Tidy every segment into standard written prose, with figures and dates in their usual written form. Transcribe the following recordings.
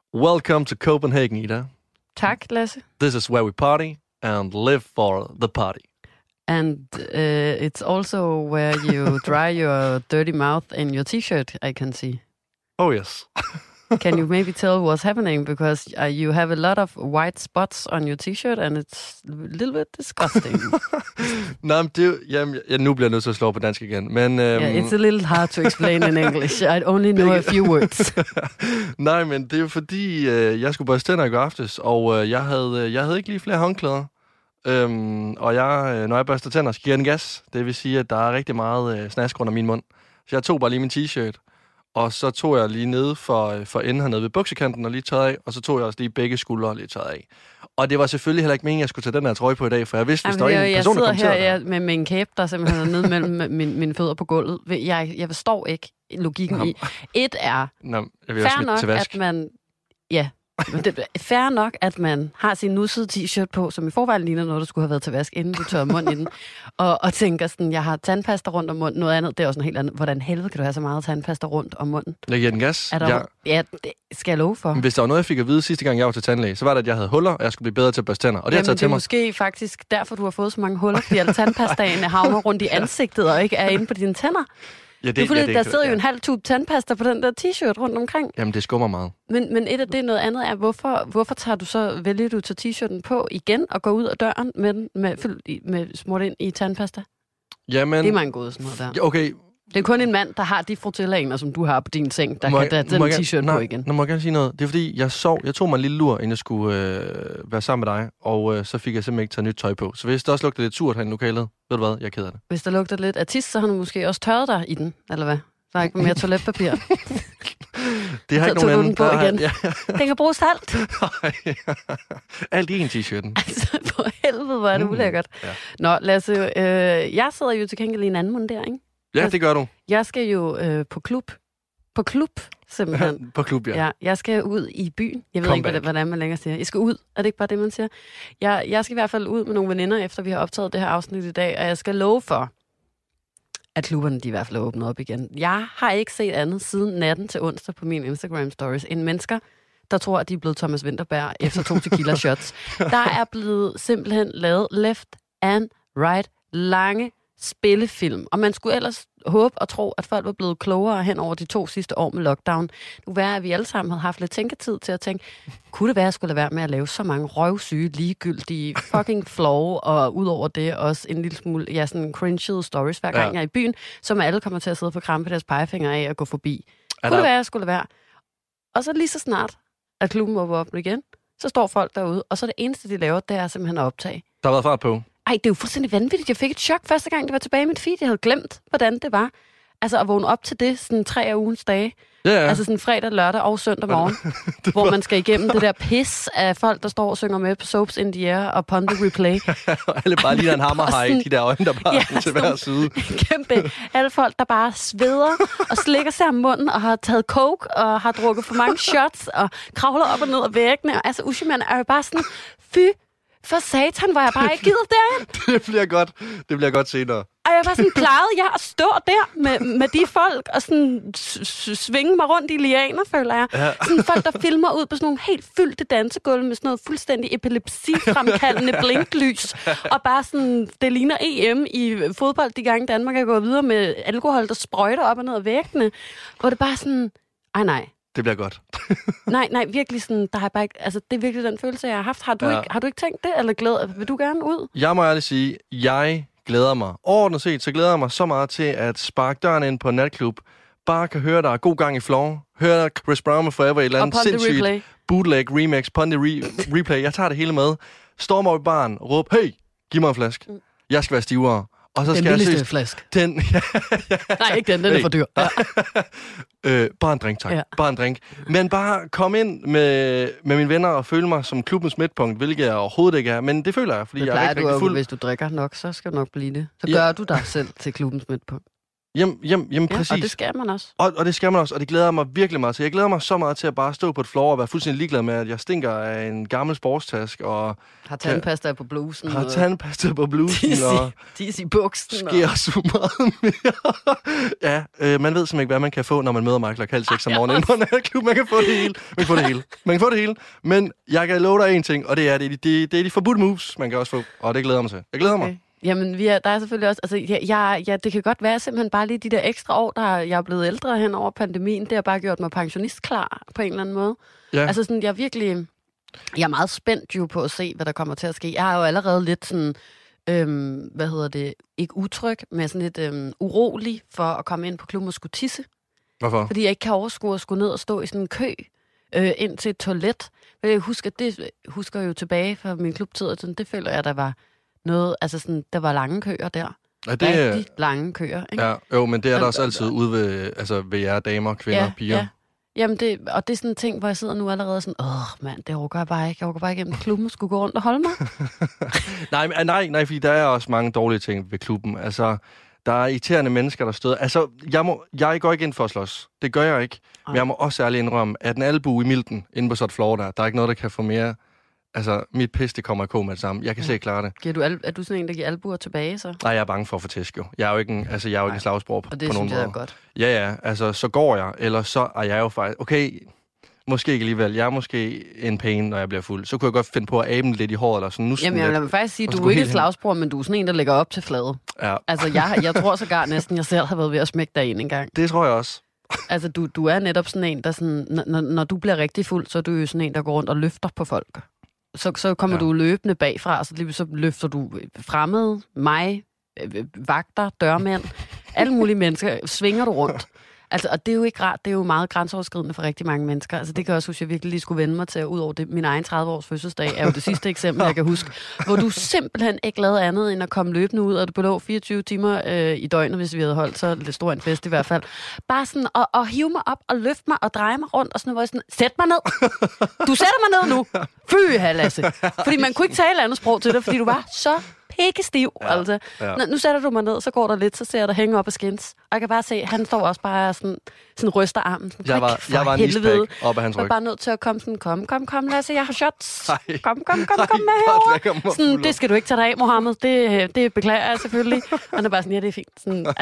Welcome to Copenhagen, Ida. Tak, Lasse. This is where we party and live for the party. And it's also where you dry your dirty mouth in your t-shirt, I can see. Oh, yes. Can you maybe tell what's happening? Because you have a lot of white spots on your t-shirt, and it's a little bit disgusting. Nej, men nu bliver jeg nødt til at slå på dansk igen. Men, yeah, it's a little hard to explain in English. I only know a few words. Nej, men det er jo fordi, jeg skulle børste tænder i går aftes, og jeg havde ikke lige flere håndklæder. Og når jeg børster tænder, så giver jeg den gas. Det vil sige, at der er rigtig meget snask rundt om min mund. Så jeg tog bare lige min t-shirt, og så tog jeg lige nede for enden hernede ved buksekanten og lige tørret af, og så tog jeg også lige begge skuldre lige tørret af. Og det var selvfølgelig heller ikke meningen, at jeg skulle tage den her trøje på i dag, for jeg vidste, hvis der var en person, der kom til. Jeg sidder her med en kæbe, der simpelthen er nede mellem mine fødder på gulvet. Jeg forstår ikke logikken i. Et er fair nok, at man... Ja, det er fair nok, at man har sin nussede t-shirt på, som i forvejen ligner noget, der skulle have været til vask, inden du tørrer munden i den, og tænker sådan, jeg har tandpasta rundt om munden, noget andet, det er også en helt andet. Hvordan helvede kan du have så meget tandpasta rundt om munden? Jeg giver den gas. Ja, det skal jeg love for. Hvis der var noget, jeg fik at vide sidste gang, jeg var til tandlæge, så var det, at jeg havde huller, og jeg skulle blive bedre til at børste tænder. Og det har taget til mig. Det er måske faktisk derfor, du har fået så mange huller, fordi alle tandpastaen havner rundt i ansigtet og ikke er inde på dine tænder. Ja, der sidder jo en halv tube tandpasta på den der t-shirt rundt omkring. Jamen, det skummer meget. Men et af det noget andet er, hvorfor vælger du tage t-shirten på igen og går ud af døren med smurt ind i tandpasta? Jamen... Det er meget god sådan noget der. Okay. Det er kun en mand, der har de frutillaner, som du har på din seng, der kan tage den t-shirt på igen. Må jeg gerne sige noget? Det er fordi, jeg tog mig en lille lur, inden jeg skulle være sammen med dig, og så fik jeg simpelthen ikke taget nyt tøj på. Så hvis der også lugter lidt surt herinde i lokalet, ved du hvad, jeg er ked af det. Hvis der lugter lidt af tis, så har du måske også tørret dig i den, eller hvad? Der er ikke mere toiletpapir. Det har ikke nogen anden. På igen. Ja. Den kan bruges alt. Alt i en t-shirten. Altså, for helvede, hvor er det ulækkert. Ja. Nå, Lasse, jeg sidder jo til gengæld i en anden mundering. Ja, det gør du. Jeg skal jo på klub. På klub, simpelthen. På klub, ja. Jeg skal ud i byen. Jeg ved ikke, hvordan man længere siger. Jeg skal ud. Er det ikke bare det, man siger? Jeg skal i hvert fald ud med nogle veninder, efter vi har optaget det her afsnit i dag, og jeg skal love for, at klubberne de i hvert fald er åbnet op igen. Jeg har ikke set andet siden natten til onsdag på min Instagram stories end mennesker, der tror, at de er blevet Thomas Vinterberg efter 2 tequila shots. Der er blevet simpelthen lavet left and right lange spillefilm. Og man skulle ellers håbe og tro, at folk var blevet klogere hen over de 2 sidste år med lockdown. Nu er at vi alle sammen havde haft lidt tænketid til at tænke, kunne det være, at jeg skulle lade være med at lave så mange røvsyge, ligegyldige, fucking flow, og udover det også en lille smule, sådan cringede stories hver gang jeg er i byen, som alle kommer til at sidde for krampe deres pegefinger af og gå forbi. Kunne det være, at jeg skulle lade være? Og så lige så snart, at klubben var åbnet igen, så står folk derude, og så det eneste, de laver, det er simpelthen at optage. Der har været fart på. Ej, det er jo fuldstændig vanvittigt. Jeg fik et chok første gang, det var tilbage i mit feed. Jeg havde glemt, hvordan det var. Altså at vågne op til det, sådan 3 af ugens dage. Ja. Altså sådan fredag, lørdag og søndag morgen. hvor man skal igennem det der pis af folk, der står og synger med på Soaps in the Air og Pon the Replay. Eller bare lige en hammerhaj, de der øjne, der bare til hver side. Kæmpe. Alle folk, der bare sveder og slikker sig om munden og har taget coke og har drukket for mange shots og kravler op og ned ad væggene. Og altså, Ushiman er jo bare sådan, fy for satan, hvor jeg bare ikke gider derhen. Det bliver godt senere. Og jeg var sådan, plejede jeg at stå der med de folk og sådan svinge mig rundt i lianer, føler jeg. Ja. Sådan folk, der filmer ud på sådan nogle helt fyldte dansegulve med sådan noget fuldstændig epilepsifremkaldende blinklys. Og bare sådan, det ligner EM i fodbold, de gange Danmark er gået videre med alkohol, der sprøjter op og ned ad væggene. Hvor det bare sådan, nej. Det bliver godt. nej, virkelig sådan, der har bare ikke, altså det er virkelig den følelse, jeg har haft. Har du ikke tænkt det, eller vil du gerne ud? Jeg må ærligt sige, jeg glæder mig. Overordnet set, så glæder jeg mig så meget til at sparke døren ind på en natklub. Bare kan høre, der er god gang i floor. Høre Chris Brown med Forever i et eller andet sindssygt bootleg remix, Pon the Replay. Jeg tager det hele med. Stormer op i baren, råb, hey, giv mig en flaske. Jeg skal være stivere. Og så den skal billigste flaske. Nej, ikke den er for dyr. Bare en drink, tak. Ja. Bare en drink. Men bare komme ind med mine venner og føle mig som klubbens midtpunkt, hvilket jeg overhovedet ikke er. Men det føler jeg, fordi jeg er rigtig fuld. Hvis du drikker nok, så skal du nok blive det. Så gør du dig selv til klubbens midtpunkt. Jamen præcis. Og det skal man også. Og det skal man også, og det glæder mig virkelig meget til. Jeg glæder mig så meget til at bare stå på et floor og være fuldstændig ligeglad med, at jeg stinker af en gammel sportstask og... Har tandpasta på blusen. Har tandpasta på blusen og... Tis i buksen. Sker så meget mere. Ja, man ved simpelthen ikke, hvad man kan få, når man møder Michael og halv 6 om morgenen på en natklub. Man kan få det hele. Man kan få det hele. Men jeg kan love dig en ting, og det er, det er de forbudte moves, man kan også få. Og det glæder mig til. Jeg glæder mig. Jamen, der er selvfølgelig også... Altså, det kan godt være simpelthen bare lige de der ekstra år, jeg er blevet ældre hen over pandemien. Det har bare gjort mig pensionistklar på en eller anden måde. Ja. Altså, sådan, jeg er meget spændt jo på at se, hvad der kommer til at ske. Jeg er jo allerede lidt sådan... ikke utryg, men sådan lidt urolig for at komme ind på klubben og skulle tisse. Hvorfor? Fordi jeg ikke kan overskue at skulle ned og stå i sådan en kø ind til et toilet. Jeg husker jo tilbage fra min klubtid, og sådan, det føler jeg, der var noget, altså sådan, der var lange køer der. Ja, det er rigtig lange køer, ikke? Ja, jo, men det er der også altid ude ved jer damer, kvinder, piger. Ja. Jamen, det er sådan en ting, hvor jeg sidder nu allerede sådan, mand, det overgår jeg bare ikke. Jeg overgår bare ikke gennem klubben, skulle gå rundt og holde mig. nej, fordi der er også mange dårlige ting ved klubben. Altså, der er irriterende mennesker, der støder. Altså, jeg går ikke ind for at slås. Det gør jeg ikke. Men jeg må også ærligt indrømme, at en albue i milten inde på sådan et floor der er ikke noget, der kan få mere... Altså, mit pis, det kommer i kog med det samme. Jeg kan se klare det. Er du sådan en, der giver albuer tilbage, så? Nej, jeg er bange for at få tæsk, jo. Jeg er jo ikke en slagsbror på nogen måde. Og det synes jeg er godt. Ja, altså, så går jeg, eller så er jeg jo faktisk... Okay, måske ikke alligevel. Jeg er måske en pain, når jeg bliver fuld. Så kunne jeg godt finde på at abe lidt i håret, eller sådan. Jamen, jeg vil faktisk sige, du er ikke et slagsbror, men du er sådan en, der lægger op til flade. Ja. Altså, jeg tror sågar næsten, jeg selv har været ved at smække dig ind en gang. Det tror jeg også. Altså, du er netop sådan en, der sådan... Når du bliver rigtig fuld, så er du jo sådan en, der går rundt og løfter på folk. Så kommer du løbende bagfra, og så løfter du fremmede, mig, vagter, dørmænd, alle mulige mennesker, svinger du rundt. Altså, og det er jo ikke rart, det er jo meget grænseoverskridende for rigtig mange mennesker. Altså, det kan også, hvis jeg virkelig lige skulle vende mig til, ud over det, min egen 30-års fødselsdag, er jo det sidste eksempel, jeg kan huske, hvor du simpelthen ikke lavede andet, end at komme løbende ud, og du belå 24 timer i døgnet, hvis vi havde holdt så lidt stor en fest i hvert fald. Bare sådan at hive mig op og løfte mig og dreje mig rundt, og sådan, hvor jeg sådan, sæt mig ned! Du sætter mig ned nu! Fy, Lasse! Fordi man kunne ikke tale andet sprog til dig, fordi du var så pikkestiv, altså. Ja. Nu sætter du mig ned, så går der lidt, så ser jeg dig hænge op af skins. Og jeg kan bare se, han står også bare sådan ryster armen. Sådan, jeg var en isbæk op af hans ryg. Jeg var bare nødt til at komme sådan, kom, Lasse, jeg har shots. Kom med herover. Sådan, det skal du ikke tage dig af, Mohammed. Det beklager jeg selvfølgelig. Og han er bare sådan, ja, det er fint.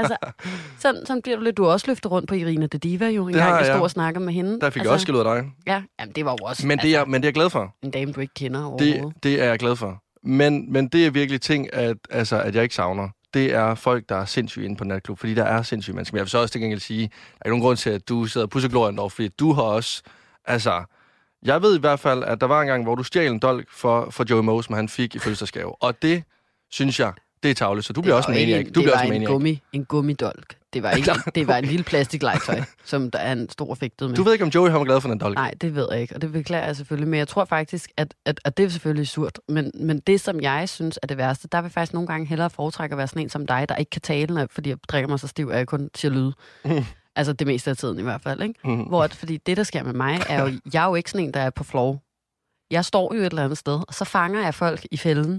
Sådan bliver du lidt. Du har også løftet rundt på Irina de Diva, jo, en gang jeg stod og snakkede med hende. Der fik jeg også skæld ud af dig. Ja, jamen, det var jo også... Men det er jeg glad for. En dame, du ikke kender overhovedet. Det er jeg glad for. Men det er virkelig ting, at jeg ikke savner. Det er folk, der er sindssyge inde på natklub, fordi der er sindssyge mennesker. Men jeg vil så også til gengæld sige, der er ikke nogen grund til, at du sidder og pusser glorien over, fordi du har også... Altså, jeg ved i hvert fald, at der var en gang, hvor du stjal en dolk for Joey Moe, som han fik i fødselsdagsgave. Og det, synes jeg, det er tavligt. Så du bliver også maniac. Det var en gummidolk. Det var en lille plastiklegetøj, som der er en stor fægtet med. Du ved ikke, om Joey har glad for den dolk? Nej, det ved jeg ikke, og det beklager jeg selvfølgelig. Men jeg tror faktisk, at det er selvfølgelig surt. Men det, som jeg synes er det værste, der vil faktisk nogle gange hellere foretrække at være sådan en som dig, der ikke kan tale, fordi jeg drikker mig så stiv, at jeg kun siger lyde. Altså det meste af tiden i hvert fald, ikke? Fordi det, der sker med mig, er jo, jeg er jo ikke sådan en, der er på floor. Jeg står jo et eller andet sted, og så fanger jeg folk i fælden,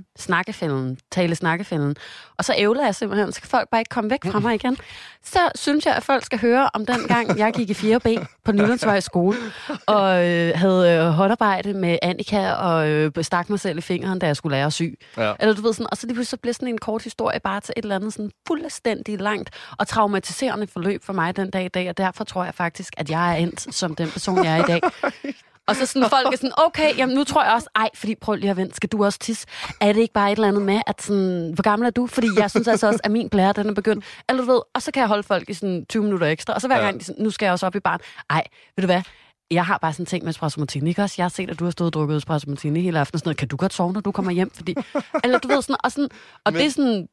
snakkefælden, og så ævler jeg simpelthen, så kan folk bare ikke komme væk fra mig igen. Så synes jeg, at folk skal høre om den gang, jeg gik i 4B på Nylandsvej skole, og havde håndarbejde med Annika, og stak mig selv i fingeren, da jeg skulle lære at sy. Ja. Eller du ved sådan, og så lige så blev sådan en kort historie bare til et eller andet sådan fuldstændig langt og traumatiserende forløb for mig den dag i dag, og derfor tror jeg faktisk, at jeg er endt som den person, jeg er i dag. Og så sådan, folk er sådan, okay, jamen nu tror jeg også, fordi prøv lige at vente, skal du også tisse? Er det ikke bare et eller andet med, at sådan, hvor gammel er du? Fordi jeg synes altså også, at min blære, den er begyndt. Eller du ved, og så kan jeg holde folk i sådan 20 minutter ekstra, og så hver gang, nu skal jeg også op i baren. Ved du hvad? Jeg har bare sådan ting med espresso martini, ikke også? Jeg har set, at du har stået og drukket espresso martini hele aftenen, sådan noget. Kan du godt sove, når du kommer hjem? Fordi, eller du ved sådan, og det er sådan,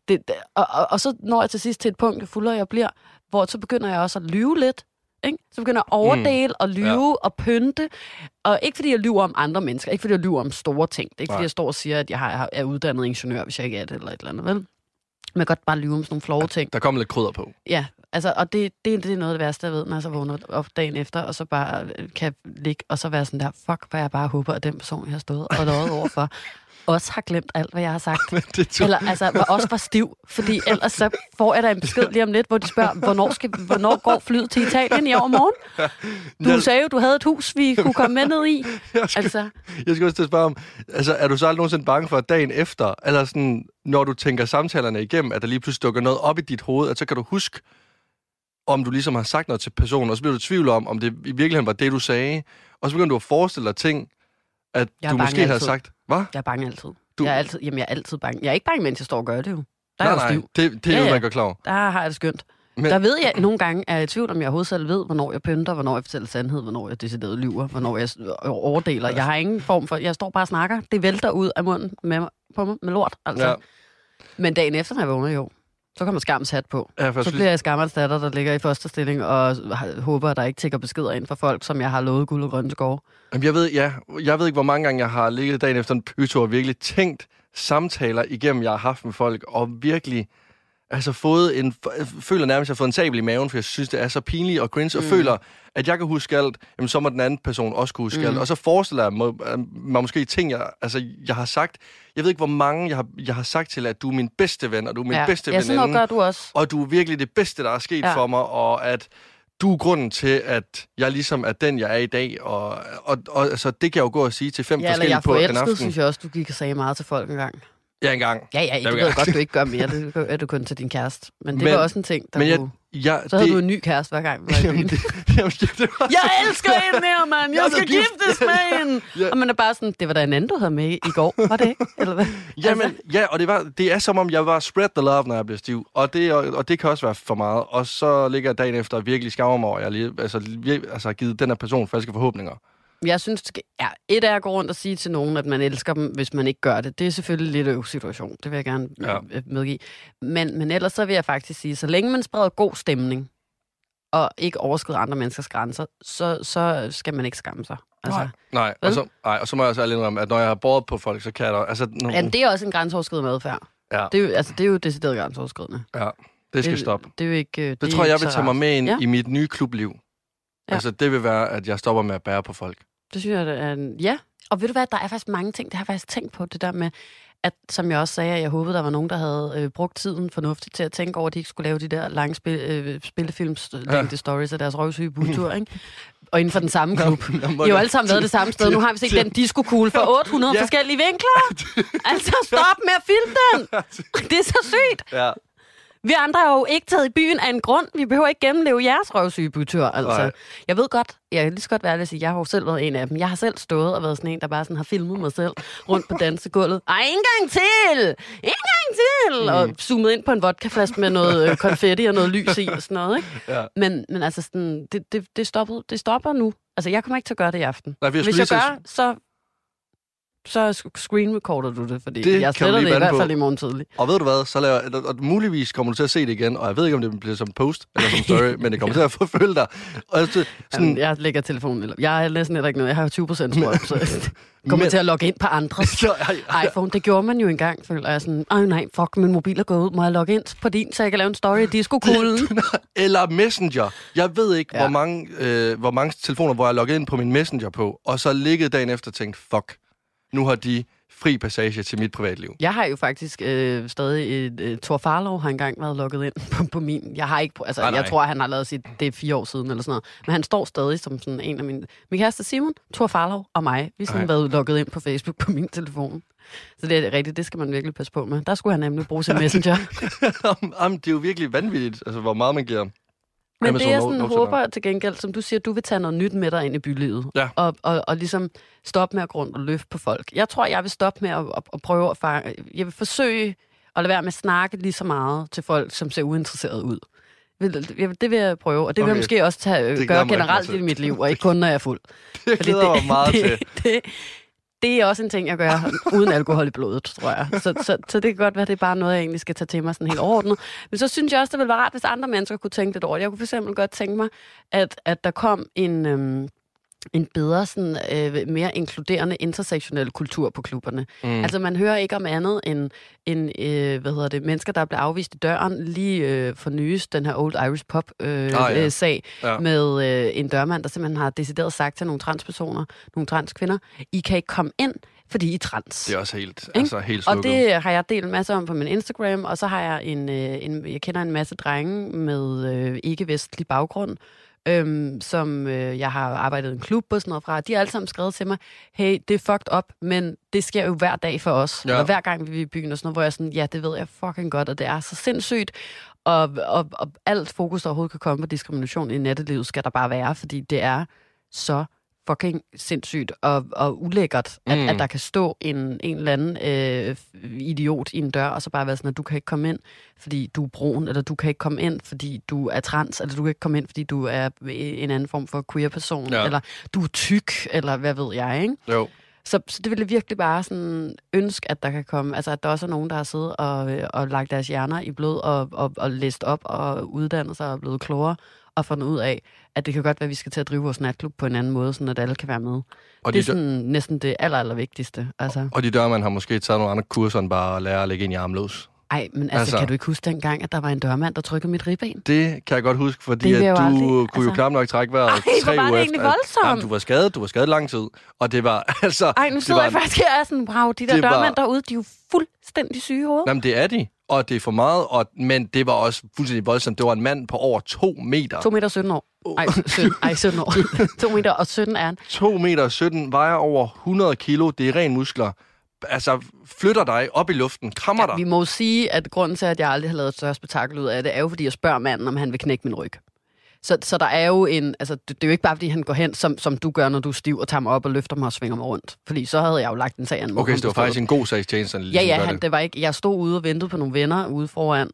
og så når jeg til sidst til et punkt, jo fuldere jeg bliver, hvor så begynder jeg også at lyve lidt. Ikke? Så begynder jeg at overdele og lyve og pynte. Og ikke fordi jeg lyver om andre mennesker, ikke fordi jeg lyver om store ting. Det er ikke fordi jeg står og siger, at jeg er uddannet ingeniør, hvis jeg ikke er det, eller et eller andet, vel? Men jeg kan godt bare lyve om sådan nogle flove ting. Der kommer lidt krydder på. Ja, Altså, og det er noget af det værste, jeg ved, når jeg så vågner op dagen efter, og så bare kan ligge, og så være sådan der, fuck, hvor jeg bare håber, at den person, jeg har stået og løjet overfor, også har glemt alt, hvad jeg har sagt. Eller altså, også var stiv, fordi ellers så får jeg da en besked lige om lidt, hvor de spørger, hvornår går flyet til Italien i overmorgen? Du sagde jo, du havde et hus, vi kunne komme med ned i. Jeg skal også til at spørge om, altså, er du så aldrig nogensinde bange for, at dagen efter, eller sådan, når du tænker samtalerne igennem, at der lige pludselig dukker noget op i dit hoved, at så kan du huske, om du ligesom har sagt noget til personen, og så bliver du i tvivl om det i virkeligheden var det, du sagde, og så begynder du at forestille dig ting, at du måske har sagt. Hvad? Jeg er bange altid. Jeg er altid bange. Jeg er ikke bange, mens jeg står og gør det jo. Der er jo stiv. Det er jo, man går klar over. Der har jeg det skønt. Men der ved jeg nogle gange, er jeg i tvivl, om jeg overhovedet selv ved, hvornår jeg pynter, hvornår jeg fortæller sandhed, hvornår jeg decideret lyver, hvornår jeg overdeler. Jeg har ingen form for... Jeg står bare og snakker. Det vælter ud af munden på mig med lort, altså. Ja. Men dagen efter, når jeg vågner, jo, så kommer skams hat på. Ja, så bliver jeg skammerens datter, der ligger i første stilling, og håber, at der ikke tækker beskeder ind fra folk, som jeg har lovet guld og grønne skove. Jamen, jeg ved ikke, hvor mange gange jeg har ligget dagen efter en pytur og virkelig tænkt samtaler igennem, jeg har haft med folk, og virkelig føler nærmest, at jeg har fået en sabel i maven, for jeg synes, det er så pinligt og cringe, og føler, at jeg kan huske alt, jamen, så må den anden person også kunne huske alt. Og så forestiller jeg mig måske ting, jeg har sagt. Jeg ved ikke, hvor mange jeg har sagt til, at du er min bedste ven, og du er min bedste veninde. Ja, sådan noget gør du også. Og du er virkelig det bedste, der er sket for mig, og at du er grunden til, at jeg ligesom er den, jeg er i dag, og altså, det kan jeg jo gå og sige til 5 forskellige på en aften. Ja, synes jeg også, du gik og sagde meget til folk engang. Ja, engang. Ja, det ved jeg godt, du ikke gør mere. Det er du kun til din kæreste. Men det var også en ting, der så havde du en ny kæreste hver gang. Jeg elsker hende her, mand! Jeg skal giftes med hende! Ja. Og man er bare sådan, det var da en anden, du havde med i går. Var det ikke? Eller hvad? Jamen, ja, og det er som om, jeg var spread the love, når jeg bliver stiv. Og det kan også være for meget. Og så ligger jeg dagen efter og virkelig skammer mig over, at jeg har givet den her person falske forhåbninger. Jeg synes, et er at gå rundt og sige til nogen, at man elsker dem, hvis man ikke gør det. Det er selvfølgelig lidt en situation. Det vil jeg gerne medgive. Men ellers så vil jeg faktisk sige, så længe man spreder god stemning, og ikke overskrider andre menneskers grænser, så skal man ikke skamme sig. Altså, Nej, og så må jeg også ærlig indrømme, at når jeg har båret på folk, så kan jeg da... Altså, Jamen, det er også en grænseoverskridende adfærd. Ja. Det er jo decideret grænseoverskridende. Ja, det skal stoppe. Det er jo ikke... Det tror jeg vil tage mig med ind i mit nye klubliv. Ja. Altså, det vil være, at jeg stopper med at bære på folk. Det synes jeg, det er ja. Og ved du hvad, der er faktisk mange ting, det har jeg faktisk tænkt på, det der med, at som jeg også sagde, jeg håbede, der var nogen, der havde brugt tiden fornuftigt til at tænke over, at de ikke skulle lave de der lange spillefilms-længde stories af deres røvsyge butur, ikke? Og inden for den samme klub. I har jo alle sammen været det samme sted. Nu har vi set den disco-kugle for 800 forskellige vinkler. Altså, stop med at filme den! Det er så sygt! Ja. Vi andre har jo ikke taget i byen af en grund. Vi behøver ikke gennemleve jeres røvsygebytur. Altså. Jeg ved godt, jeg kan lige så godt være at sige, jeg har jo selv været en af dem. Jeg har selv stået og været sådan en, der bare sådan har filmet mig selv rundt på dansegulvet. Ej, en gang til! Og zoomet ind på en vodkaflaske med noget konfetti og noget lys i og sådan noget. Ikke? Ja. Men altså, sådan, det stopper nu. Altså, jeg kommer ikke til at gøre det i aften. Nej, hvis jeg gør, så screen-recorder du det, fordi det jeg sletter det i hvert fald i morgen tidlig. Og ved du hvad, så og muligvis kommer du til at se det igen, og jeg ved ikke, om det bliver som post eller som story, men det kommer til at forfølge dig. Og sådan, jeg lægger telefonen, jeg er næsten ikke noget, jeg har 20% strøm, så jeg kommer til at logge ind på andres iPhone. Det gjorde man jo engang, føler jeg sådan, nej, fuck, min mobil er gået ud, må jeg logge ind på din, så jeg kan lave en story i disco-kuglen? Eller Messenger. Jeg ved ikke, hvor mange telefoner, hvor jeg logget ind på min Messenger på, og så ligget dagen efter og tænkt, fuck. Nu har de fri passage til mit privatliv. Jeg har jo faktisk stadig... Thor Farlov har engang været logget ind på min... Jeg har ikke... Altså, jeg tror, han har lavet sit... Det er 4 år siden eller sådan noget. Men han står stadig som sådan en af mine... Min kæreste Simon, Thor Farlov og mig. Vi har sådan været logget ind på Facebook på min telefon. Så det er rigtigt. Det skal man virkelig passe på med. Der skulle han nemlig bruge sin Messenger. Jamen, det er jo virkelig vanvittigt, altså, hvor meget man giver... Men det jeg sådan håber til gengæld, som du siger, du vil tage noget nyt med dig ind i bylivet. Ja. Og ligesom stoppe med at gå rundt og løfte på folk. Jeg tror, jeg vil stoppe med at prøve at fange... Jeg vil forsøge at lade være med at snakke lige så meget til folk, som ser uinteresseret ud. Det vil jeg prøve, og det vil jeg måske også gøre generelt i mit liv, og ikke kun, når jeg er fuld. Det glæder mig meget til. Det er også en ting, jeg gør uden alkohol i blodet, tror jeg. Så det kan godt være, det er bare noget, jeg egentlig skal tage til mig sådan helt overordnet. Men så synes jeg også, det ville være rart, hvis andre mennesker kunne tænke det over. Jeg kunne for eksempel godt tænke mig, at der kom en bedre, sådan, mere inkluderende, intersektionel kultur på klubberne. Altså, man hører ikke om andet end mennesker, der bliver afvist i døren. Lige for nyest, den her Old Irish Pub-sag med en dørmand, der simpelthen har decideret sagt til nogle transpersoner, nogle transkvinder, I kan ikke komme ind, fordi I er trans. Det er også helt slukket. Og det har jeg delt en masse om på min Instagram, og så har jeg jeg kender en masse drenge med ikke-vestlig baggrund, som jeg har arbejdet i en klub og sådan noget fra. De har alle sammen skrevet til mig, hey, det er fucked up, men det sker jo hver dag for os. Ja. Og hver gang vi er i byen og sådan noget, hvor jeg er sådan, ja, det ved jeg fucking godt, og det er så sindssygt. Og alt fokus, der overhovedet kan komme på diskrimination i nattelivet, skal der bare være, fordi det er så fucking sindssygt og ulækkert, at der kan stå en eller anden idiot i en dør, og så bare være sådan, at du kan ikke komme ind, fordi du er brun, eller du kan ikke komme ind, fordi du er trans, eller du kan ikke komme ind, fordi du er en anden form for queer-person, eller du er tyk, eller hvad ved jeg, ikke? Jo. Så det ville virkelig bare sådan ønske, at der kan komme, altså at der også er nogen, der har siddet og lagt deres hjerner i blod og læst op og uddannet sig og blevet klogere, og fundet ud af, at det kan godt være, at vi skal til at drive vores natklub på en anden måde, sådan at alle kan være med. Og det er sådan næsten det aller vigtigste. Altså. Og de dørmænd har måske taget nogle andre kurser, end bare at lære at lægge ind i armløs. Ej, men altså, kan du ikke huske dengang, at der var en dørmand, der trykkede mit ribben? Det kan jeg godt huske, fordi at du kunne jo knap nok trække vejret 3 uger efter. Ej, hvor var det egentlig voldsomt? Du var skadet lang tid, og det var altså... Ej, nu sidder jeg faktisk her og sådan, wow, de der dørmænd derude, de er jo fuldstændig syge i hovedet. Jamen, det er de, og det er for meget, men det var også fuldstændig voldsomt. Det var en mand på over 2 meter. 2 meter 17 år. Ej, 17 år. 2 meter og 17 er han. 2 meter 17, vejer over 100 kilo, det er ren muskler. Altså, flytter dig op i luften, krammer dig. Vi må sige, at grunden til, at jeg aldrig har lavet et større spektakel ud af det, er jo, fordi jeg spørger manden, om han vil knække min ryg. Så der er jo en... Altså, det er jo ikke bare, fordi han går hen, som du gør, når du er stiv, og tager mig op og løfter mig og svinger mig rundt. Fordi så havde jeg jo lagt en sag an. Okay, så det var faktisk en god sagstjeneste. Det var ikke... Jeg stod ude og ventede på nogle venner ude foran,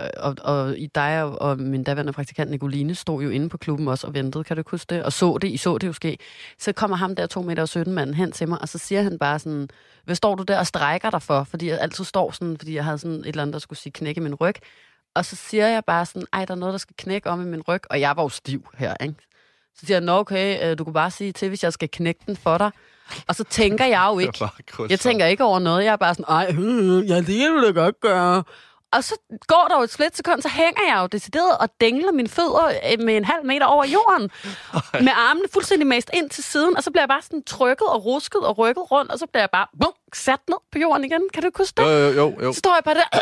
og i dig og min daværende praktikant Nicoline stod jo inde på klubben også og ventede, kan du huske det? Og I så det jo ske. Så kommer ham der 2 meter 17 manden hen til mig, og så siger han bare sådan, hvad står du der og strækker dig for? Fordi jeg altid står sådan, fordi jeg havde sådan et eller andet, der skulle sige knække min ryg. Og så siger jeg bare sådan, ej, der er noget, der skal knække om i min ryg. Og jeg var jo stiv her, ikke? Så siger jeg, nå okay, du kan bare sige til, hvis jeg skal knække den for dig. Og så tænker jeg jo ikke. Jeg tænker ikke over noget. Jeg er bare sådan, ej, ja, det vil jeg godt gøre. Og så går der jo et splitsekund, så hænger jeg jo decideret og dingler mine fødder med 1,5 meter over jorden. Med armene fuldstændig mast ind til siden. Og så bliver jeg bare sådan trykket og rusket og rykket rundt. Og så bliver jeg bare sat ned på jorden igen. Kan du ikke huske det? Jo. Så står jeg bare der...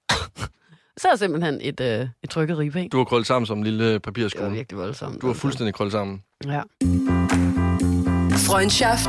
Så er simpelthen et trykket ribben. Du har krøllet sammen som en lille papirskole. Det var virkelig voldsomt. Du har fuldstændig krøllet sammen. Ja. Freundschaft.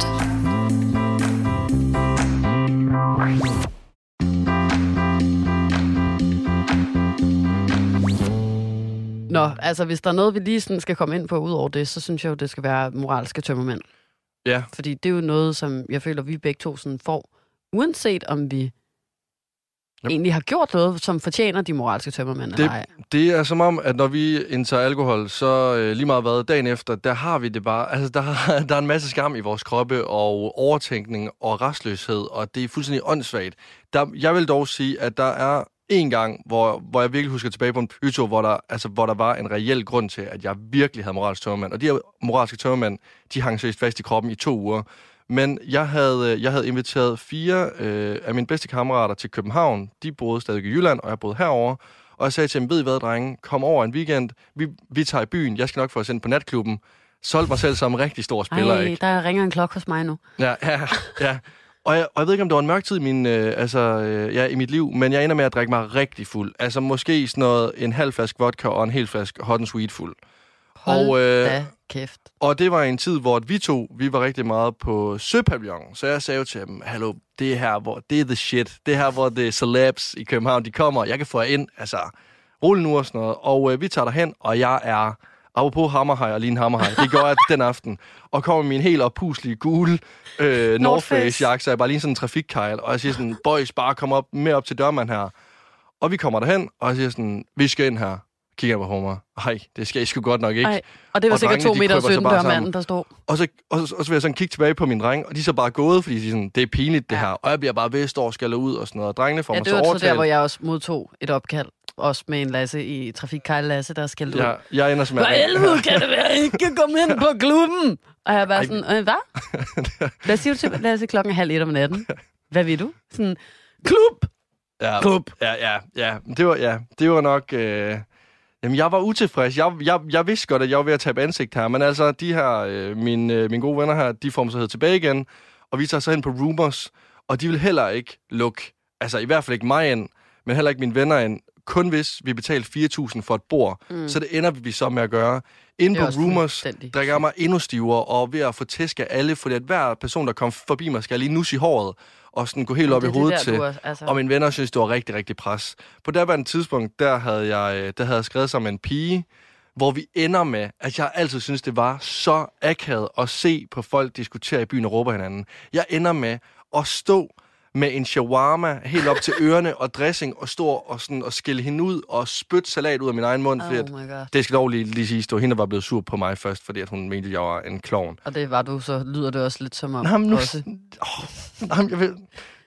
Nå, altså hvis der er noget, vi lige sådan skal komme ind på ud over det, så synes jeg jo, det skal være moralske tømmermænd. Ja. Fordi det er jo noget, som jeg føler, vi begge to sådan får, uanset om vi egentlig har gjort noget, som fortjener de moralske tømmermænd. Det er som om, at når vi indtager alkohol, så lige meget hvad dagen efter, der har vi det bare... Altså, der er en masse skam i vores kroppe, og overtænkning og restløshed, og det er fuldstændig åndssvagt. Jeg vil dog sige, at der er en gang, hvor jeg virkelig husker tilbage på en pyto, hvor der var en reel grund til, at jeg virkelig havde moralske tømmermænd. Og de her moralske tømmermænd, de hang seriøst fast i kroppen i 2 uger. Men jeg havde inviteret 4 af mine bedste kammerater til København. De boede stadig i Jylland, og jeg boede herovre. Og jeg sagde til dem, ved I hvad, drenge? Kom over en weekend. Vi tager i byen. Jeg skal nok få os ind på natklubben. Solgte mig selv som en rigtig stor spiller. Ikke? Der ringer en klokke hos mig nu. Ja. Og jeg ved ikke, om det var en mørk tid i mit liv, men jeg ender med at drikke mig rigtig fuld. Altså måske sådan noget, en halv flaske vodka og en hel flaske hot and sweet fuld. Hold da kæft. Og det var en tid, hvor vi var rigtig meget på Søpavillon. Så jeg sagde jo til dem, hallo, det er her, det er the shit. Det er her, hvor det celebs i København, de kommer. Jeg kan få jer ind, altså, rulle nu og sådan noget. Og vi tager derhen, og jeg er, apropos hammerhaj og lige en hammerhaj, det gør jeg den aften. Og kommer med min helt oppuslige gule North Face-jakke, så jeg bare lige sådan en trafikkejl. Og jeg siger sådan, boys, bare kom op til dørmand her. Og vi kommer derhen, og jeg siger sådan, vi skal ind her. Kigger på mig. Ej, det skal I sgu godt nok ikke. Ej, og det var sikkert 2 meter 17 dørmanden, der stod. Og så vil jeg sådan kigge tilbage på mine drenge, og de er så bare gået, fordi de sådan, det er pinligt det her. Og jeg bliver bare ved, står og skaller ud og sådan noget. Og drengene får mig så overtalt. Det var så der, hvor jeg også modtog et opkald. også med en Lasse i Trafikkejl Lasse, der skal ud. Ja, jeg ender som... Hvor helvede kan det være, ikke kan komme ind på klubben? Og jeg var sådan, hvad? Hvad siger du til Lasse 12:30 om natten? Hvad vil du? Sådan, klub! Ja, klub! Ja. Det var nok... Jamen, jeg var utilfreds. Jeg vidste godt, at jeg var ved at tabe ansigt her, men altså, de her, mine gode venner her, de får mig så hed tilbage igen, og vi tager så hen på Rumors, og de vil heller ikke lukke, altså i hvert fald ikke mig ind, men heller ikke mine venner ind, kun hvis vi betaler 4.000 for et bord. Så det ender vi så med at gøre. Inde på Rumors drikker jeg mig endnu stivere, og ved at få tæsk af alle, fordi at hver person, der kom forbi mig, skal lige nusse i håret, og sådan gå helt op i hovedet til. Og mine venner synes, det var rigtig, rigtig pres. På derværende tidspunkt, der havde jeg skrevet sammen med en pige, hvor vi ender med, at jeg altid synes, det var så akavet at se på folk diskutere i byen og råbe hinanden. Jeg ender med at stå med en shawarma helt op til ørerne og dressing, og stå og skille hende ud og spytte salat ud af min egen mund, fordi det skal dog lige sige, at hende var blevet sur på mig først, fordi at hun mente, at jeg var en klovn. Og det var du, så lyder det også lidt som om også. Jeg vil...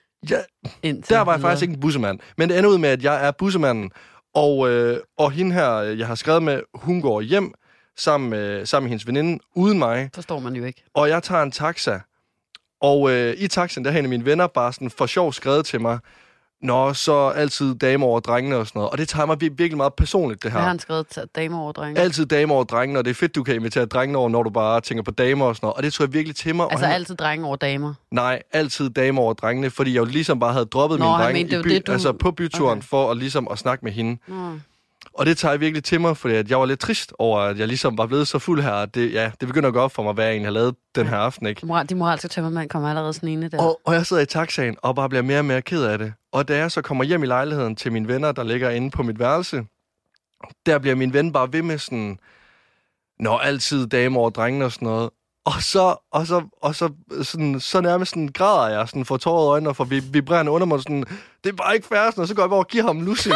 Der var jeg faktisk ikke en bussemand. Men det ender ud med, at jeg er bussemanden, og hende her, jeg har skrevet med, hun går hjem sammen med hendes veninde, uden mig. Forstår man jo ikke. Og jeg tager en taxa. Og i taxaen, der har en af mine venner bare sådan for sjov skrevet til mig, nå, så altid damer over drengene og sådan noget. Og det tager mig virkelig meget personligt, det her. Hvad har han skrevet til damer over drengene? Altid damer over drengene, og det er fedt, du kan invitere drengene over, når du bare tænker på damer og sådan noget. Og det tror jeg virkelig til mig. Altså altid drenge over damer? Nej, altid damer over drengene, fordi jeg jo ligesom bare havde droppet mine drenge altså på byturen for at ligesom at snakke med hende. Og det tager jeg virkelig til mig, fordi at jeg var lidt trist over, at jeg ligesom var blevet så fuld her. At det begynder at gå op for mig, hvad jeg egentlig har lavet den her aften, ikke? De moralske tømmermænd kommer allerede sådan ene der. Og jeg sidder i taxaen og bare bliver mere og mere ked af det. Og da jeg så kommer hjem i lejligheden til mine venner, der ligger inde på mit værelse, der bliver min ven bare ved med sådan, når altid damer over drengene og sådan noget. Og så nærmest sådan græder jeg, sådan for tårede øjne og for vibrerende under mig, sådan, det er bare ikke fair, sådan, og så går jeg bare og giver ham en lussing.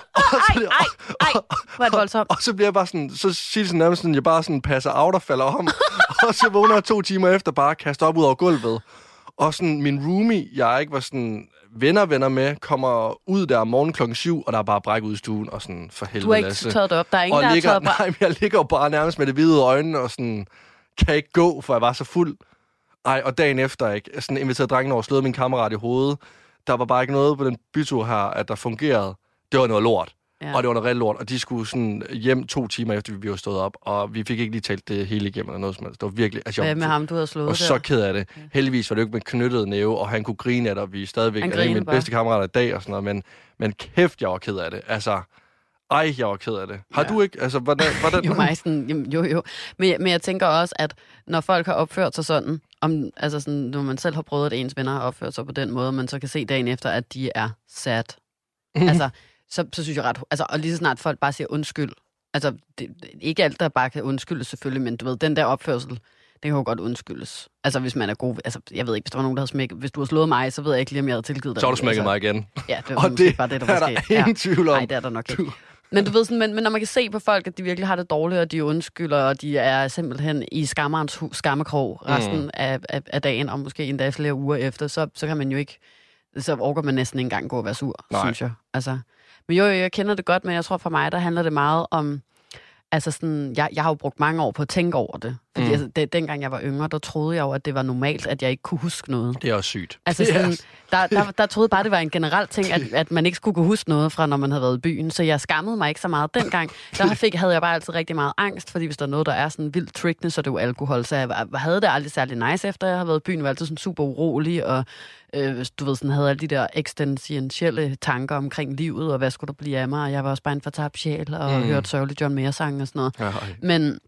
Hvor er det voldsomt. Og så bliver jeg bare sådan, så siger det sådan nærmest sådan, jeg bare sådan passer out og falder om. Og så vågner jeg 2 timer efter bare kastet op ud over gulvet. Og sådan min roomie, jeg ikke var sådan venner med, kommer ud der om morgenen 7:00, og der er bare bræk ud i stuen, og sådan for helvede. Du har ikke taget det op, der er ingen, der har taget Nej, men jeg ligger bare nærmest med det hvide øjne, og sådan, kan ikke gå, for jeg var så fuld. Og dagen efter, ikke, sådan inviterede drengen over, slået min kammerat i hovedet. Der var bare ikke noget på den bytur her, at der fungerede. Det var noget lort. Ja. Og det var noget rigtig lort, og de skulle sådan hjem 2 timer efter, vi var stået op, og vi fik ikke lige talt det hele igennem eller noget som helst. Det var virkelig... Altså, hvad med ham, du havde slået? Og så ked af det. Ja. Heldigvis var det jo ikke med knyttet næve, og han kunne grine af det, og vi stadigvæk er en af mine bedste kammerater i dag og sådan noget, men kæft, jeg var ked af det. Altså, jeg var ked af det. Har du ikke? Altså, hvordan? Jo, mig sådan, jo. Men jeg tænker også, at når folk har opført sig sådan, altså sådan, når man selv har prøvet, at ens venner har opført sig på den måde, man så kan se dagen efter, at de er sad. Altså... Så synes jeg ret... Altså, og lige så snart folk bare siger undskyld. Altså, ikke alt, der bare kan undskyldes selvfølgelig, men du ved, den der opførsel, det kan jo godt undskyldes. Altså, hvis man er god... Altså, jeg ved ikke, hvis der var nogen, der havde smækket... Hvis du har slået mig, så ved jeg ikke lige, om jeg havde tilgivet dig. Så har du smækket mig igen. Ja, det var måske bare det, der var sket. Der er ingen tvivl om. Nej, det er der nok ikke. Men du ved sådan, men når man kan se på folk, at de virkelig har det dårligt, og de undskylder, og de er simpelthen i skammerens skammekrog resten af dagen, og måske endda flere uger efter, så kan man jo ikke... Så orker man næsten ikke engang gå og være sur, synes jeg. Altså... Men jo, jeg kender det godt, men jeg tror for mig, der handler det meget om... Altså sådan, jeg har jo brugt mange år på at tænke over det. Fordi altså, dengang jeg var yngre, der troede jeg jo, at det var normalt, at jeg ikke kunne huske noget. Det er også sygt. Altså sådan, der troede jeg bare, det var en generel ting, at man ikke skulle kunne huske noget fra, når man havde været i byen. Så jeg skammede mig ikke så meget dengang. Havde jeg bare altid rigtig meget angst, fordi hvis der er noget, der er sådan vildt trickende, så er det jo alkohol. Så jeg havde det aldrig særlig nice, efter jeg havde været i byen. Jeg var altid sådan super urolig, og du ved, sådan havde alle de der eksistentielle tanker omkring livet, og hvad skulle der blive af mig. Og jeg var også bare en fortabt sjæl, og hørte sørgeligt John Mayer-sang og sådan noget. Men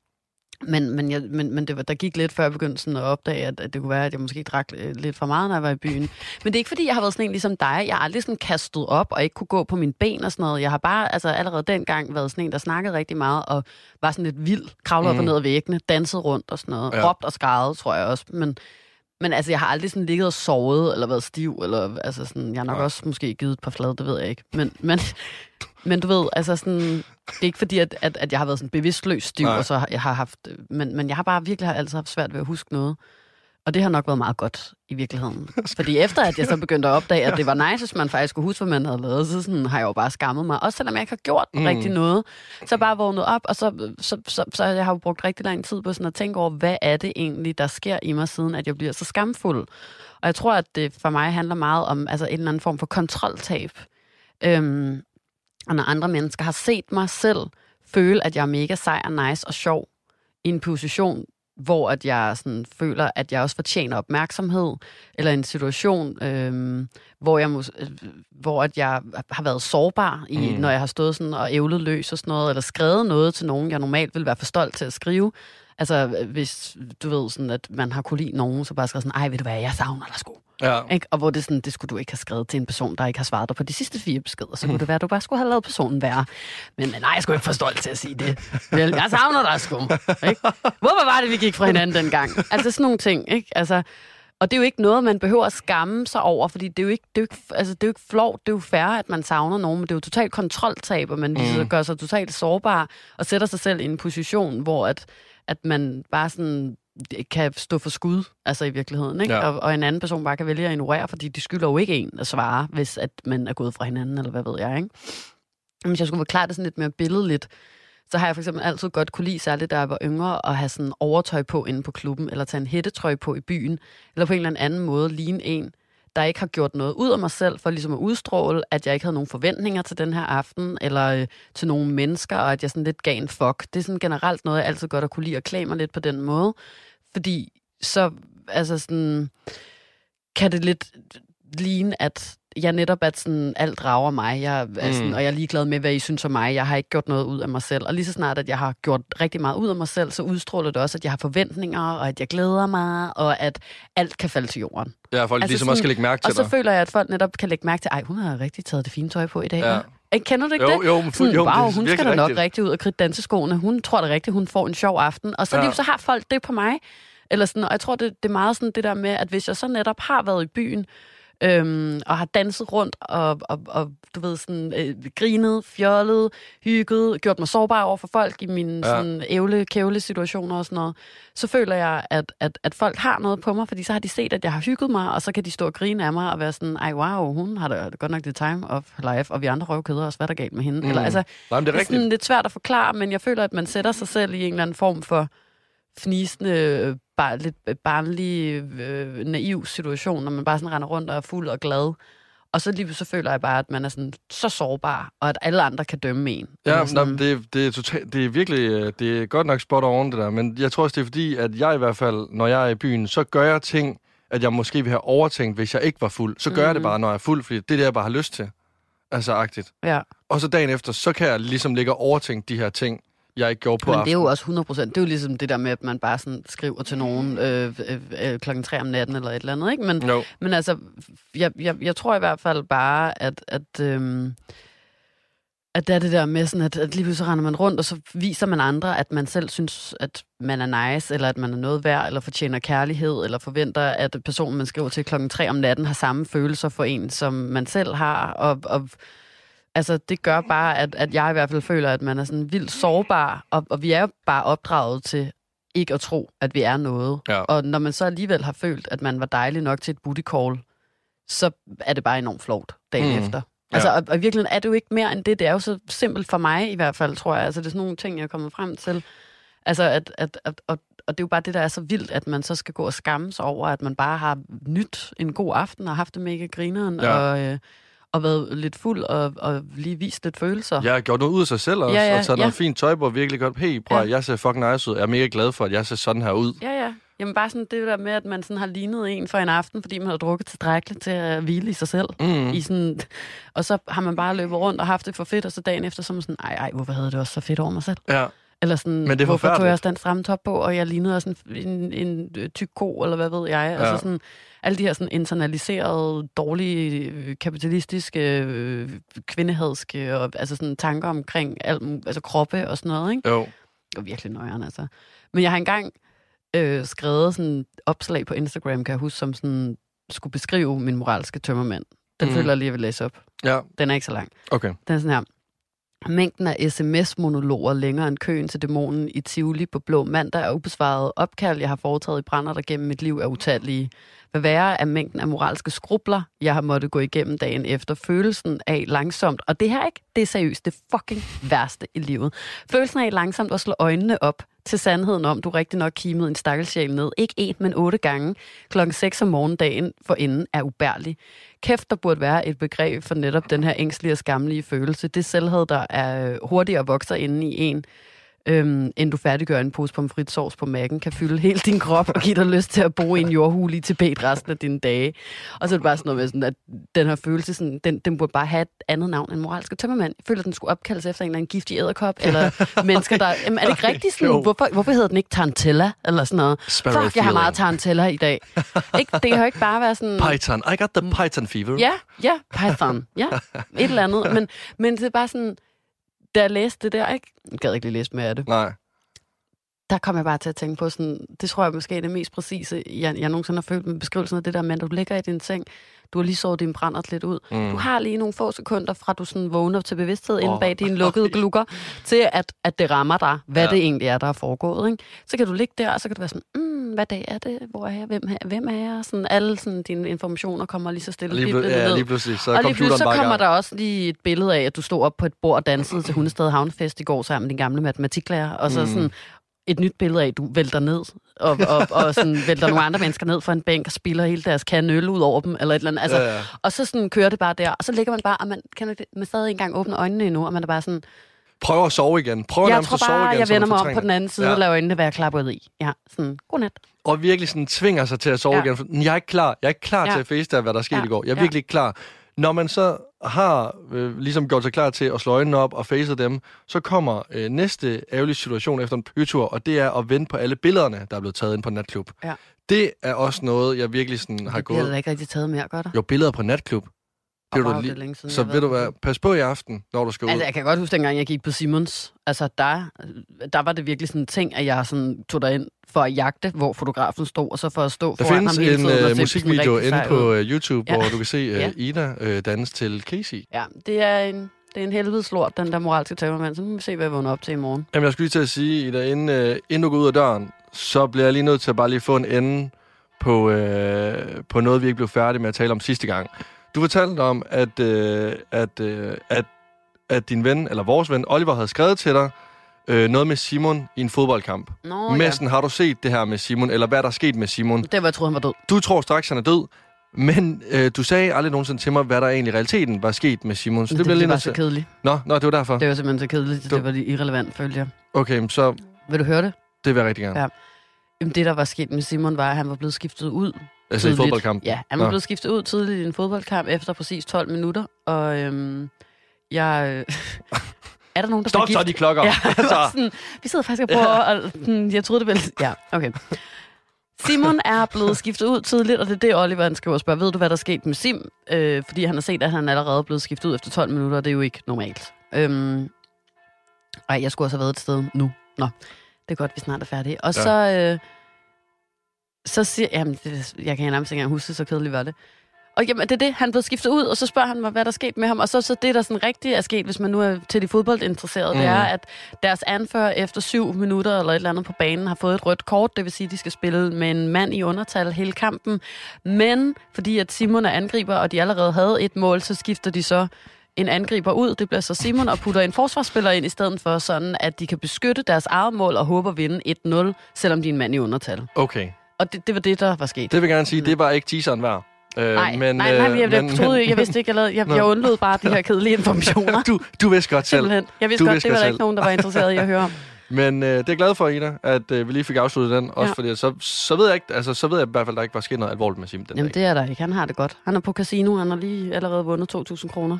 der gik lidt før jeg begyndte sådan at opdage, at det kunne være, at jeg måske drak lidt for meget, når jeg var i byen. Men det er ikke, fordi jeg har været sådan en ligesom dig. Jeg har aldrig sådan kastet op og ikke kunne gå på mine ben og sådan noget. Jeg har bare altså allerede dengang været sådan en, der snakkede rigtig meget og var sådan lidt vild, kravlede op og ned ad væggene, dansede rundt og sådan noget. Råbt og skrædede, tror jeg også. Men altså, jeg har aldrig sådan ligget og sovet eller været stiv, eller altså sådan, jeg har nok også måske givet et par flade, det ved jeg ikke. Men du ved, altså sådan, det er ikke fordi, at jeg har været sådan bevidstløs stiv, og så jeg har haft, men jeg har bare virkelig altid haft svært ved at huske noget. Og det har nok været meget godt i virkeligheden. Fordi efter at jeg så begyndte at opdage, at det var nice, hvis man faktisk kunne huske, hvad man havde lavet, så sådan, har jeg jo bare skammet mig. Også selvom jeg ikke har gjort rigtig noget. Så bare vågnet op, og så jeg har jo brugt rigtig lang tid på sådan at tænke over, hvad er det egentlig, der sker i mig, siden at jeg bliver så skamfuld. Og jeg tror, at det for mig handler meget om altså en eller anden form for kontroltab. Og når andre mennesker har set mig selv føle, at jeg er mega sej og nice og sjov i en position, hvor at jeg sådan føler, at jeg også fortjener opmærksomhed, eller en situation, hvor at jeg har været sårbar, når jeg har stået sådan og ævlet løs og sådan noget, eller skrevet noget til nogen, jeg normalt vil være for stolt til at skrive. Altså, hvis du ved sådan, at man har kunne lide nogen, så bare skrevet sådan, ej, ved du hvad, jeg savner dig sgu. Ja. Ikke? Og hvor det sådan, det skulle du ikke have skrevet til en person, der ikke har svaret dig på de sidste 4 beskeder. Så kunne det være, at du bare skulle have lavet personen være. Men nej, jeg skulle ikke få stolt til at sige det. Jeg savner dig sgu. Ikke? Hvorfor var det, vi gik fra hinanden dengang? Altså sådan nogle ting, ikke? Altså, og det er jo ikke noget, man behøver at skamme sig over, fordi det er jo ikke flovt, det er jo fair, at man savner nogen, men det er jo totalt kontroltab, og man lige gør sig totalt sårbar, og sætter sig selv i en position, hvor at man bare sådan kan stå for skud, altså i virkeligheden, ikke? Ja. Og en anden person bare kan vælge at ignorere, fordi de skylder jo ikke en at svare, hvis at man er gået fra hinanden, eller hvad ved jeg, ikke? Hvis jeg skulle forklare det sådan lidt mere billedligt, så har jeg for eksempel altid godt kunne lide, særligt da jeg var yngre, at have sådan overtøj på inde på klubben, eller tage en hættetrøje på i byen, eller på en eller anden måde ligne en, der ikke har gjort noget ud af mig selv, for ligesom at udstråle, at jeg ikke havde nogen forventninger til den her aften, eller til nogle mennesker, og at jeg sådan lidt gav en fuck. Det er sådan generelt noget, jeg altid godt at kunne lide at klæde mig lidt på den måde, fordi så altså sådan, kan det lidt ligne, at jeg netop at sådan, alt rager mig, jeg er sådan, og jeg er ligeglad med, hvad I synes om mig. Jeg har ikke gjort noget ud af mig selv. Og lige så snart, at jeg har gjort rigtig meget ud af mig selv, så udstråler det også, at jeg har forventninger, og at jeg glæder mig, og at alt kan falde til jorden. Ja, folk altså ligesom sådan, også kan lægge mærke til dig. Og så føler jeg, at folk netop kan lægge mærke til, ej, hun har rigtig taget det fine tøj på i dag. Ja. Kender du ikke det? Jo, wow, hun skal da nok rigtig ud og kridte danseskoene. Hun tror da rigtigt, hun får en sjov aften. Og så lige så har folk det på mig. Eller sådan, og jeg tror, det er meget sådan det der med, at hvis jeg så netop har været i byen, og har danset rundt, og du ved, sådan, grinet, fjollet, hygget, gjort mig sårbar over for folk i mine sådan ævle-kævle-situationer og sådan noget, så føler jeg, at folk har noget på mig, fordi så har de set, at jeg har hygget mig, og så kan de stå og grine af mig og være sådan, ej wow, hun har da godt nok det time of life, og vi andre røvkæder os, hvad der galt med hende. Eller, altså, nej, det er sådan lidt svært at forklare, men jeg føler, at man sætter sig selv i en eller anden form for fnisende, lidt barnlig, naiv situation, når man bare sådan render rundt og er fuld og glad. Og så lige så føler jeg bare, at man er sådan så sårbar, og at alle andre kan dømme en. Ja, det er virkelig, det er godt nok spot on det der, men jeg tror også, det er fordi, at jeg i hvert fald, når jeg er i byen, så gør jeg ting, at jeg måske vil have overtænkt, hvis jeg ikke var fuld. Så gør jeg det bare, når jeg er fuld, fordi det er det, jeg bare har lyst til. Altså agtigt. Ja. Og så dagen efter, så kan jeg ligesom ligge og overtænke de her ting, jeg ikke gjorde på Men det er jo også 100%. Det er jo ligesom det der med, at man bare sådan skriver til nogen 3:00 om natten eller et eller andet, ikke? Men altså, jeg tror i hvert fald bare, at det er det der med sådan, at lige pludselig render man rundt, og så viser man andre, at man selv synes, at man er nice, eller at man er noget værd, eller fortjener kærlighed, eller forventer, at personen, man skriver til 3:00 om natten, har samme følelser for en, som man selv har, og altså, det gør bare, at jeg i hvert fald føler, at man er sådan vildt sårbar, og vi er jo bare opdraget til ikke at tro, at vi er noget. Ja. Og når man så alligevel har følt, at man var dejlig nok til et booty call, så er det bare enormt flovt dagen efter. Altså, og i virkeligheden er det jo ikke mere end det. Det er jo så simpelt for mig i hvert fald, tror jeg. Altså, det er sådan nogle ting, jeg er kommet frem til. Altså, og det er jo bare det, der er så vildt, at man så skal gå og skamme sig over, at man bare har nyt en god aften og haft det mega grineren, og været lidt fuld og lige vist lidt følelser. Jeg har gjort noget ud af sig selv også, og taget noget fint tøj på, og virkelig godt, hey, bror, jeg ser fucking nice ud. Jeg er mega glad for, at jeg ser sådan her ud. Ja. Jamen bare sådan det der med, at man sådan har lignet en for en aften, fordi man har drukket tilstrækkeligt til at hvile i sig selv. I sådan, og så har man bare løbet rundt og haft det for fedt, og så dagen efter, så er man sådan, ej, hvorfor havde det også så fedt over mig selv? Ja. Eller sådan, men det hvorfor tog jeg også den stramme top på, og jeg lignede også en tyk ko, eller hvad ved jeg. Altså sådan, alle de her sådan internaliserede, dårlige, kapitalistiske, kvindehadske, og altså sådan tanker omkring altså kroppe og sådan noget, ikke? Jo. Det var virkelig nøjeren, altså. Men jeg har engang skrevet sådan et opslag på Instagram, kan jeg huske, som sådan skulle beskrive min moralske tømmermand. Den føler jeg lige, jeg vil læse op. Ja. Den er ikke så lang. Okay. Den er sådan her. Mængden af sms-monologer længere end køen til dæmonen i Tivoli på Blå Mandag er ubesvaret opkald, jeg har foretaget i brænder, der gennem mit liv er utallige. Hvad værre er mængden af moralske skrubler, jeg har måttet gå igennem dagen efter. Følelsen af langsomt, og det her ikke, det er seriøst det fucking værste i livet. Følelsen af langsomt at slå øjnene op til sandheden om, du rigtig nok kimede en stakkelsjæl ned. Ikke 1, men 8 gange. 6:00 om morgendagen forinden er ubærlig. Kæft, der burde være et begreb for netop den her ængstlige og skamlige følelse. Det selvhed, der er hurtigere vokser inde i en, end du færdiggør en pose pomfritsauce på mækken, kan fylde hele din krop og give dig lyst til at bo i en jordhule i Tibet resten af dine dage. Og så er det bare sådan noget med, sådan, at den her følelse, sådan, den burde bare have et andet navn end moralske tømmermand. Jeg føler, at den skulle opkaldes efter en eller anden giftig edderkop, eller mennesker, der... Jamen, er det ikke rigtigt sådan? Hvorfor hedder den ikke Tarantella, eller sådan noget? Fuck, jeg har meget Tarantella i dag. Ikke? Det kan jo ikke bare være sådan... Python. I got the Python fever. Ja, Python. Ja, et eller andet. Men det er bare sådan... Da jeg læste det der, ikke? Jeg gad ikke lige læse mere af det. Nej. Der kom jeg bare til at tænke på sådan, det tror jeg måske er det mest præcise, jeg nogensinde har følt med beskrivelsen af det der med, at du ligger i din seng, du har lige sovet din brændert lidt ud. Du har lige nogle få sekunder fra, du sådan vågner til bevidsthed inde bag dine lukkede glukker, til at det rammer dig, hvad det egentlig er, der er foregået. Ikke? Så kan du ligge der, og så kan du være sådan, hvad dag er det? Hvor er jeg? Hvem er jeg? Sådan, alle sådan, dine informationer kommer lige så stille. Lige pludselig, så og lige pludselig så kommer der også lige et billede af, at du stod op på et bord og dansede til Hundested Havnefest i går sammen med din gamle matematiklærer, og så sådan et nyt billede af, at du vælter ned, og sådan vælter nogle andre mennesker ned for en bænk og spiller hele deres kande øl ud over dem, eller et eller andet. Altså, og så sådan kører det bare der, og så ligger man bare, og man stadig ikke engang åbner øjnene endnu, og man er bare sådan... Prøver at sove igen. Jeg tror bare, jeg vender mig om på den anden side og laver øjnene, hvad jeg klappet i. Ja, sådan, godnat. Og virkelig sådan tvinger sig til at sove igen. For jeg er ikke klar. Jeg er ikke klar til at facetime, hvad der skete i går. Jeg er virkelig ikke klar. Når man så har ligesom gjort sig klar til at slå øjnene op og face dem, så kommer næste ærgerlige situation efter en bytur, og det er at vente på alle billederne, der er blevet taget ind på natklub. Ja. Det er også noget, jeg virkelig sådan har gået... Det er ikke rigtig taget mere, gør det? Jo, billeder på natklub. Det er siden, så ved du hvad, pas på i aften, når du skal ud. Altså, jeg kan godt huske, dengang jeg gik på Simons. Altså, der var det virkelig sådan en ting, at jeg sådan tog derind for at jagte, hvor fotografen stod, og så for at stå foran ham hele tiden. Der findes en musikvideo inde på YouTube, hvor du kan se Ida danse til Casey. Ja, det er en helvedes lort, den der moralske tømmermand. Så må vi se, hvad jeg vågner op til i morgen. Jamen, jeg skulle lige til at sige, Ida, inden du går ud af døren, så bliver jeg lige nødt til at bare lige få en ende på noget, vi ikke blev færdige med at tale om sidste gang. Du fortalte om, at din ven, eller vores ven, Oliver, havde skrevet til dig noget med Simon i en fodboldkamp. Messen, har du set det her med Simon, eller hvad er der sket med Simon? Det var, jeg troede, han var død. Du tror straks, han er død, men du sagde aldrig nogensinde til mig, hvad der egentlig i realiteten var sket med Simon. Så det var så kedeligt. Nå, det var derfor. Det var simpelthen så kedeligt, det var irrelevant, følte jeg. Okay, så... Vil du høre det? Det vil jeg rigtig gerne. Ja. Jamen, det, der var sket med Simon, var, at han var blevet skiftet ud. Altså i fodboldkamp? Ja, han var blevet skiftet ud tidligt i en fodboldkamp efter præcis 12 minutter, og jeg... Er der nogen, der Stop så de klokker! Ja, sådan, vi sidder faktisk og prøver, jeg troede det vel... Ja, okay. Simon er blevet skiftet ud tidligt, og det er det, Oliver han skriver og spørger, ved du, hvad der er sket med Sim? Fordi han har set, at han allerede er blevet skiftet ud efter 12 minutter, og det er jo ikke normalt. Jeg skulle også have været et sted nu. Nå, det er godt, vi snart er færdige. Og så siger jeg, jeg kan nærmest ikke engang huske, så kedeligt var det. Og jamen, det er det, han blev skiftet ud, og så spørger han mig, hvad der er sket med ham. Og så det, der sådan rigtigt er sket, hvis man nu er til de fodboldinteresserede, det er, at deres anfører efter 7 minutter eller et eller andet på banen har fået et rødt kort. Det vil sige, at de skal spille med en mand i undertal hele kampen. Men fordi at Simon er angriber, og de allerede havde et mål, så skifter de så en angriber ud. Det bliver så Simon og putter en forsvarsspiller ind i stedet for, sådan at de kan beskytte deres eget mål og håbe at vinde 1-0, selvom de er en mand i undertal. Okay. Og det var det, der var sket. Det vil jeg gerne sige, det var ikke teaseren værd. Nej, jeg vidste ikke, jeg undlod bare de her kedelige informationer. Du vidste godt selv. Simpelthen. Jeg vidste godt, det var der ikke nogen, der var interesseret i at høre om. Men det er jeg glad for, Ida, at vi lige fik afsluttet den. Også fordi, så ved jeg ikke, altså, så ved jeg i hvert fald, der ikke var sket noget alvorligt med Simon den dag. Det er der ikke. Han har det godt. Han er på casino, han har lige allerede vundet 2.000 kroner.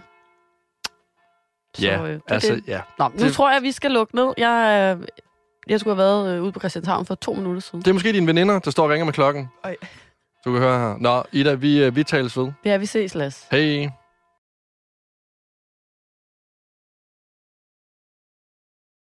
Ja, ja. Nå, nu tror jeg, vi skal lukke ned. Jeg skulle have været ude på Christianshavn for 2 minutter siden. Det er måske dine veninder, der står og ringer med klokken. Du kan høre her. Nå, Ida, vi tales ved. Ja, vi ses, Lasse. Hej.